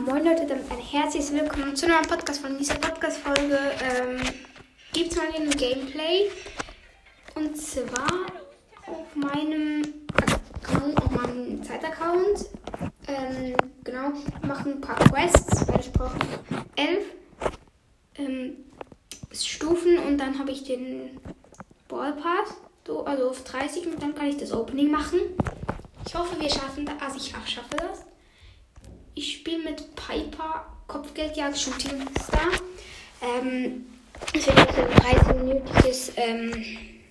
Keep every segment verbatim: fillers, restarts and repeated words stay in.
Moin Leute, damit ein herzliches Willkommen zu einer Podcast von dieser Podcast-Folge. Ähm, gibt es mal ein Gameplay. Und zwar auf meinem Account, auf meinem Zeitaccount. Ähm, genau, wir machen ein paar Quests, weil ich brauche elf ähm, Stufen und dann habe ich den Ballpass, so, also auf dreißig und dann kann ich das Opening machen. Ich hoffe, wir schaffen das, also ich schaffe das. Ich spiele mit Piper, Kopfgeldjagd, Shooting Star. Ähm, es wird jetzt so ein dreißig-minütiges, ähm,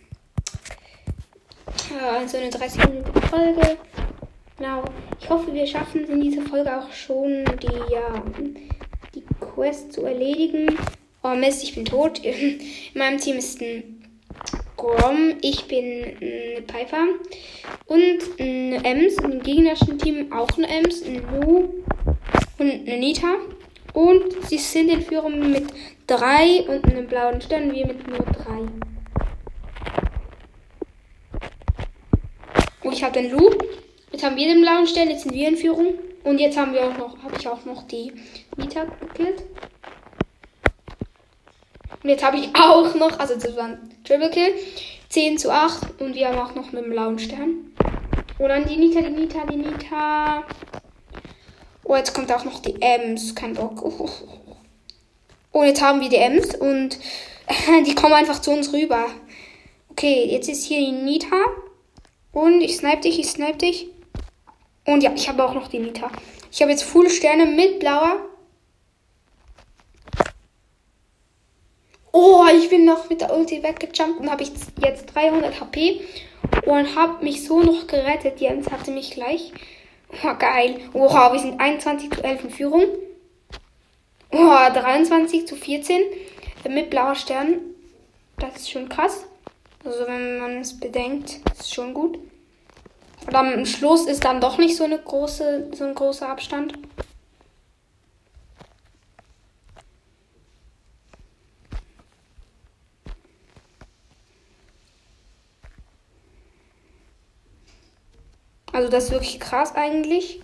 ja, so eine dreißig-minütige Folge. Genau. Ich hoffe, wir schaffen es in dieser Folge auch schon, die, ja, die Quest zu erledigen. Oh Mist, ich bin tot. In meinem Team ist ein Grom, ich bin eine Piper und eine Ems. Im gegnerischen Team auch eine Ems, eine Lu und eine Nita. Und sie sind in Führung mit drei und einem blauen Stern, wir mit nur drei. Und ich habe den Lu. Jetzt haben wir den blauen Stern, jetzt sind wir in Führung. Und jetzt haben wir auch noch, habe ich auch noch die Nita gekillt. Und jetzt habe ich auch noch, also das war ein Triple Kill, zehn zu acht und wir haben auch noch einen blauen Stern. Und dann die Nita, die Nita, die Nita. Oh, jetzt kommt auch noch die Ems, kein Bock. Oh, oh, oh. Und jetzt haben wir die Ems und äh, die kommen einfach zu uns rüber. Okay, jetzt ist hier die Nita und ich snipe dich, ich snipe dich. Und ja, ich habe auch noch die Nita. Ich habe jetzt Full Sterne mit blauer. Oh, ich bin noch mit der Ulti weggejumpt und habe ich jetzt dreihundert H P und habe mich so noch gerettet. Jens hatte mich gleich. Oh, geil. Oha, wir sind einundzwanzig zu elf in Führung. Oh, dreiundzwanzig zu vierzehn mit blauer Stern. Das ist schon krass. Also wenn man es bedenkt, ist es schon gut. Und am Schluss ist dann doch nicht so eine große, so ein großer Abstand. Also das ist wirklich krass eigentlich.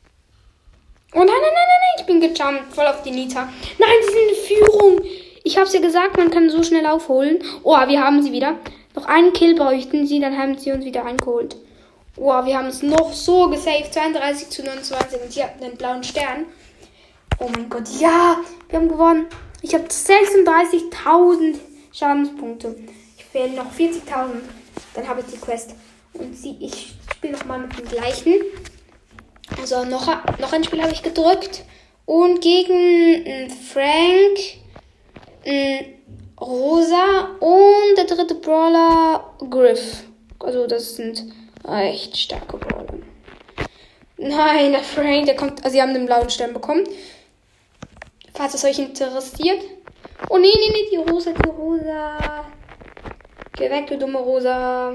Oh nein, nein, nein, nein, nein, ich bin gejumpt, voll auf die Nita. Nein, sie sind in Führung. Ich hab's ja gesagt, man kann so schnell aufholen. Oh, wir haben sie wieder. Noch einen Kill bräuchten sie, dann haben sie uns wieder eingeholt. Oh, wir haben es noch so gesaved. zweiunddreißig zu neunundzwanzig und sie hatten den blauen Stern. Oh mein Gott, ja, wir haben gewonnen. Ich habe sechsunddreißigtausend Schadenspunkte. Ich fehlen noch vierzigtausend. Dann habe ich die Quest. Und sie, ich spiele nochmal mit dem gleichen. Also noch, noch ein Spiel habe ich gedrückt. Und gegen einen Frank, einen Rosa und der dritte Brawler Griff. Also das sind echt starke Brawler. Nein, der Frank, der kommt. Also sie haben den blauen Stern bekommen. Falls es euch interessiert. Oh nee, nee, nee, die Rosa, die Rosa. Geh weg, du dumme Rosa.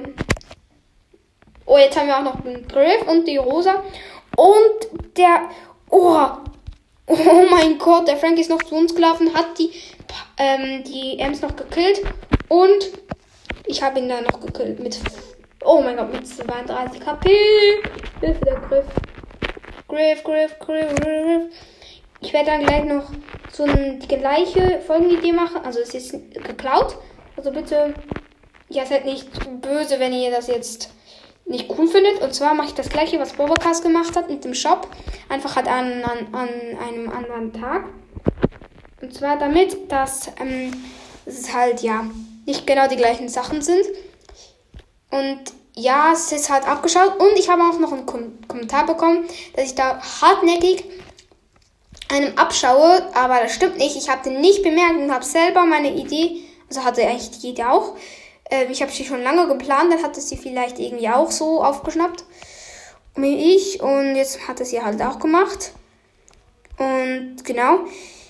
Oh, jetzt haben wir auch noch den Griff und die Rosa. Und der... Oh, oh mein Gott, der Frank ist noch zu uns gelaufen, hat die, ähm, die Ems noch gekillt. Und ich habe ihn dann noch gekillt mit... Oh mein Gott, mit zweiunddreißig H P. Hilfe, der Griff. Griff, Griff, Griff, Griff. Ich werde dann gleich noch so eine die gleiche Folgenidee machen. Also es ist geklaut. Also bitte... Ja, seid nicht böse, wenn ihr das jetzt... nicht cool findet. Und zwar mache ich das gleiche, was Bobocast gemacht hat mit dem Shop. Einfach halt an, an, an einem anderen Tag. Und zwar damit, dass ähm, es halt ja nicht genau die gleichen Sachen sind. Und ja, es ist halt abgeschaut. Und ich habe auch noch einen Kom- Kommentar bekommen, dass ich da hartnäckig einem abschaue. Aber das stimmt nicht. Ich habe den nicht bemerkt und habe selber meine Idee, also hatte eigentlich die Idee auch, ich habe sie schon lange geplant, dann hat es sie vielleicht irgendwie auch so aufgeschnappt wie ich und jetzt hat es sie halt auch gemacht. Und genau,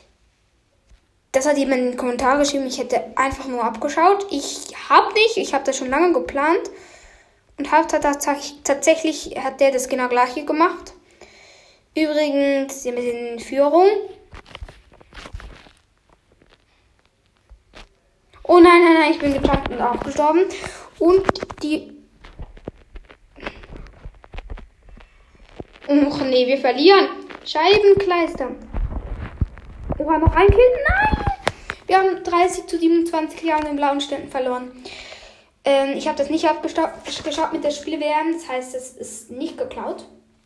das hat jemand in den Kommentaren geschrieben, ich hätte einfach nur abgeschaut. Ich habe nicht, ich habe das schon lange geplant und habe tatsächlich, hat der das genau gleiche gemacht. Übrigens, wir sind in Führung. Oh nein, nein, nein, ich bin gejumpt und auch gestorben. Und die... Och nee, wir verlieren. Scheibenkleister. Oha, noch ein Kill? Nein! Wir haben dreißig zu siebenundzwanzig Jahren in blauen Ständen verloren. Ähm, ich habe das nicht abgeschaut mit der Spiele-W M. Das heißt, es ist nicht geklaut.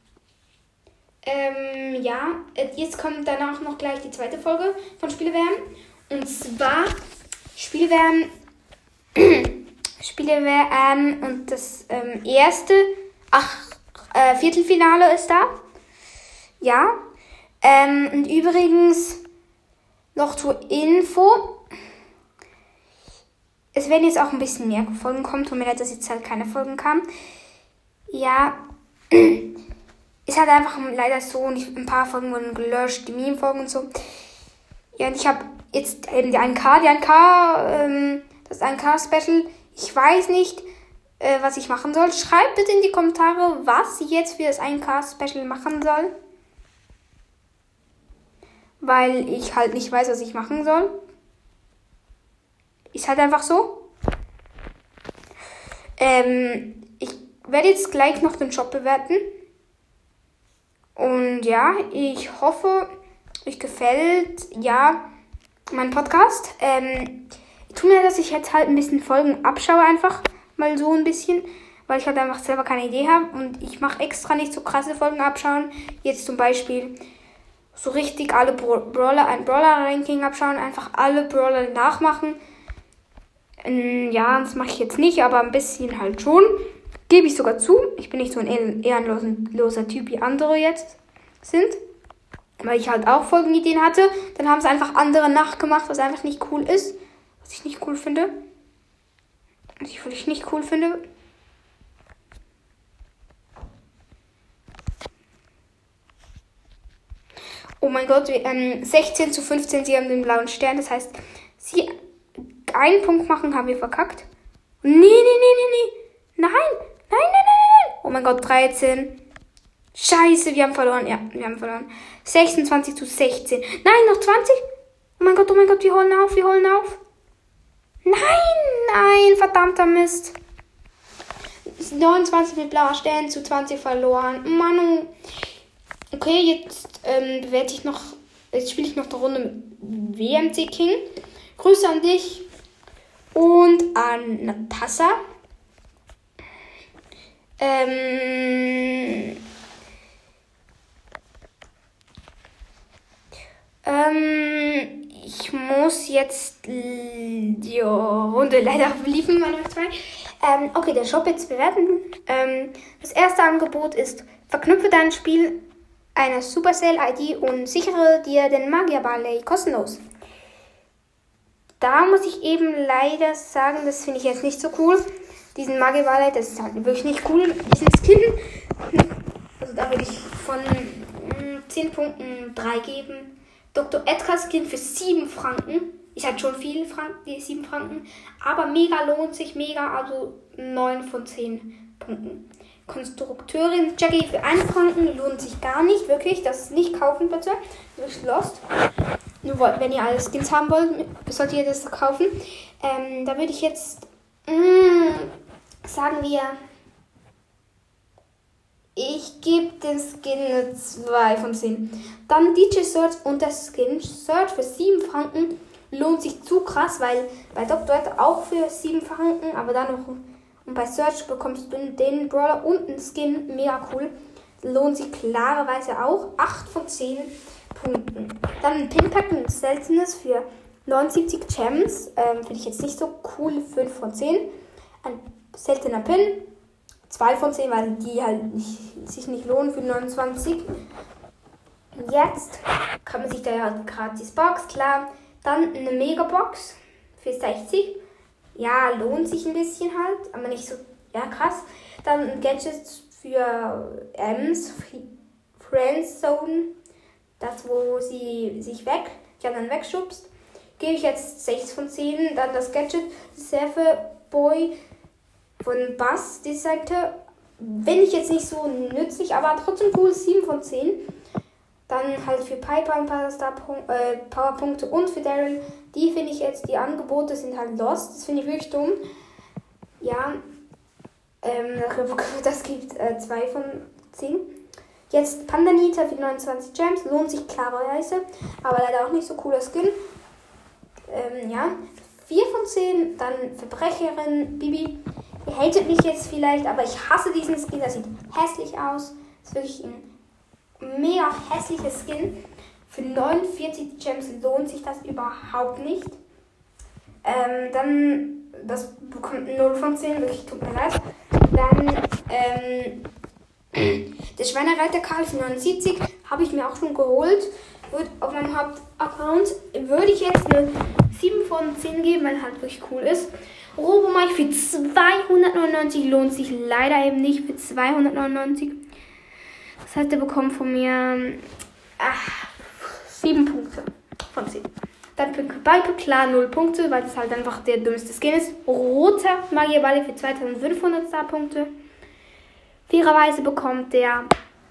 Ähm, ja, jetzt kommt danach noch gleich die zweite Folge von Spiele-W M. Und zwar Spiele-W M. Spiele-W M und das ähm, erste, ach, äh, Viertelfinale ist da. Ja. Ähm, und übrigens noch zur Info. Es werden jetzt auch ein bisschen mehr Folgen kommen. Tut mir leid, dass jetzt halt keine Folgen kamen. Ja. Ist halt einfach leider so. Und ich, ein paar Folgen wurden gelöscht. Die Meme-Folgen und so. Ja, und ich habe jetzt eben die ein K. Die ein K, ähm, das ein K-Special. Ich weiß nicht, äh, was ich machen soll. Schreibt bitte in die Kommentare, was ich jetzt für das ein K-Special machen soll. Weil ich halt nicht weiß, was ich machen soll. Ist halt einfach so. Ähm, ich werde jetzt gleich noch den Shop bewerten. Und ja, ich hoffe, euch gefällt, ja, mein Podcast. Ähm, tut mir leid, dass ich jetzt halt ein bisschen Folgen abschaue einfach. Mal so ein bisschen. Weil ich halt einfach selber keine Idee habe. Und ich mache extra nicht so krasse Folgen abschauen. Jetzt zum Beispiel so richtig alle Brawler, ein Brawler-Ranking abschauen. Einfach alle Brawler nachmachen. Ähm, ja, das mache ich jetzt nicht, aber ein bisschen halt schon. Gebe ich sogar zu. Ich bin nicht so ein ehrenloser Typ wie andere jetzt sind. Weil ich halt auch Folgenideen hatte. Dann haben es einfach andere nachgemacht, was einfach nicht cool ist. Was ich nicht cool finde. Was ich wirklich nicht cool finde. Oh mein Gott, wir, ähm, sechzehn zu fünfzehn, sie haben den blauen Stern. Das heißt, sie einen Punkt machen, haben wir verkackt. Nee, nee, nee, nee, nee. Nein, nein, nein, nein, nein. Oh mein Gott, dreizehn. Scheiße, wir haben verloren. Ja, wir haben verloren. sechsundzwanzig zu sechzehn. Nein, noch zwanzig. Oh mein Gott, oh mein Gott, wir holen auf, wir holen auf. Nein, nein, verdammter Mist. neunundzwanzig mit blauer Stern zu zwanzig verloren. Manu. Okay, jetzt ähm, bewerte ich noch, jetzt spiele ich noch eine Runde mit W M C King. Grüße an dich und an Natascha. Ähm, ähm, ich muss jetzt die Runde leider liefern, meine zwei. Ähm, okay, der Shop jetzt bewerten. Ähm, das erste Angebot ist, verknüpfe dein Spiel eine Supercell-I D und sichere dir den Magier-Barley kostenlos. Da muss ich eben leider sagen, das finde ich jetzt nicht so cool. Diesen Magier-Barley, das ist halt wirklich nicht cool. Diesen Skin, also da würde ich von mh, zehn Punkten drei geben. Doktor Edgar Skin für sieben Franken. Ist halt schon viel, Franken, die sieben Franken. Aber mega lohnt sich, mega, also neun von zehn Punkten. Konstrukteurin Jackie für einen Franken lohnt sich gar nicht, wirklich. Das nicht kaufen, bitte. Das ist lost. Nur wenn ihr alle Skins haben wollt, solltet ihr das kaufen. Ähm, da würde ich jetzt, mh, sagen wir, ich gebe dem Skin eine zwei von zehn. Dann D J Search und der Skin Search für sieben Franken lohnt sich zu krass, weil bei Doktor Ed auch für sieben Franken, aber dann noch. Und bei Search bekommst du den Brawler und einen Skin. Mega cool. Lohnt sich klarerweise auch. acht von zehn Punkten. Dann ein Pinpack, ein seltenes für neunundsiebzig Gems. Ähm, Finde ich jetzt nicht so cool. fünf von zehn. Ein seltener Pin. zwei von zehn, weil die halt nicht, sich nicht lohnen für neunundzwanzig. Jetzt kann man sich da ja gratis Box, klar. Dann eine Megabox für sechzig. Ja, lohnt sich ein bisschen halt, aber nicht so, ja, krass. Dann ein Gadget für Ems, Friendzone, das, wo sie sich weg, die anderen wegschubst. Gebe ich jetzt sechs von zehn. Dann das Gadget Surfer Boy von Bass, die Seite, finde ich jetzt nicht so nützlich, aber trotzdem cool, sieben von zehn. Dann halt für Piper ein paar Star äh, Powerpunkte und für Daryl. Die finde ich jetzt, die Angebote sind halt lost. Das finde ich wirklich dumm. Ja, ähm, das gibt äh, zwei von zehn. Jetzt Pandanita für neunundzwanzig Gems. Lohnt sich klarerweise. Aber leider auch nicht so cooler Skin. Ähm, ja. vier von zehn. Dann Verbrecherin Bibi. Ihr hatet mich jetzt vielleicht, aber ich hasse diesen Skin. Das sieht hässlich aus. Das ist wirklich ein mega hässlicher Skin. Für neunundvierzig Gems lohnt sich das überhaupt nicht. Ähm, dann, das bekommt null von zehn, wirklich, tut mir leid. Dann, ähm, der Schweinereiter Karl für neunundsiebzig habe ich mir auch schon geholt. Wird auf meinem Hauptaccount würde ich jetzt eine sieben von zehn geben, weil er halt wirklich cool ist. Robomike für zweihundertneunundneunzig lohnt sich leider eben nicht für zweihundertneunundneunzig. Das heißt, er bekommt von mir ach, sieben Punkte von zehn. Dann für Piper klar null Punkte, weil das halt einfach der dümmste Skin ist. Roter Magierballe für zweitausendfünfhundert Star-Punkte. Fairerweise bekommt der,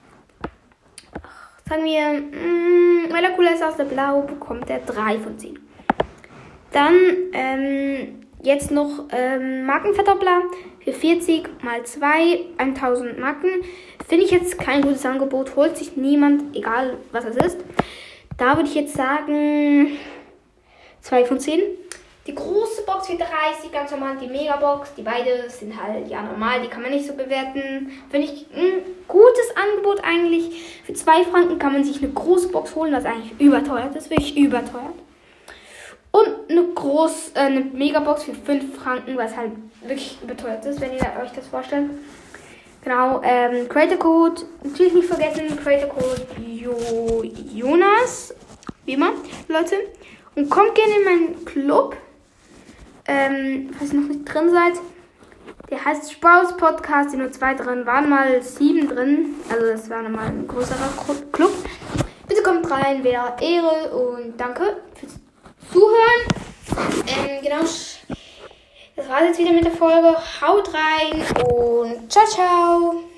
ach, sagen wir, mh, weil er cooler ist aus der Blau, bekommt er drei von zehn. Dann ähm, jetzt noch ähm, Markenverdoppler für vierzig mal zwei, tausend Marken. Finde ich jetzt kein gutes Angebot, holt sich niemand, egal was es ist. Da würde ich jetzt sagen zwei von zehn. Die große Box für dreißig, ganz normal die Megabox. Die beide sind halt ja normal, die kann man nicht so bewerten. Finde ich ein gutes Angebot eigentlich. Für zwei Franken kann man sich eine große Box holen, was eigentlich überteuert ist, wirklich überteuert. Und eine große, äh, eine Megabox für fünf Franken, was halt wirklich überteuert ist, wenn ihr euch das vorstellt. Genau, ähm, Creator Code, natürlich nicht vergessen, Creator Code jo- Jonas, wie immer, Leute. Und kommt gerne in meinen Club, ähm, falls ihr noch nicht drin seid. Der heißt Spaß Podcast, sind nur zwei drin, waren mal sieben drin. Also das war nochmal ein größerer Club. Bitte kommt rein, wäre Ehre und danke fürs Zuhören. Ähm, genau, das war's jetzt wieder mit der Folge. Haut rein und ciao, ciao.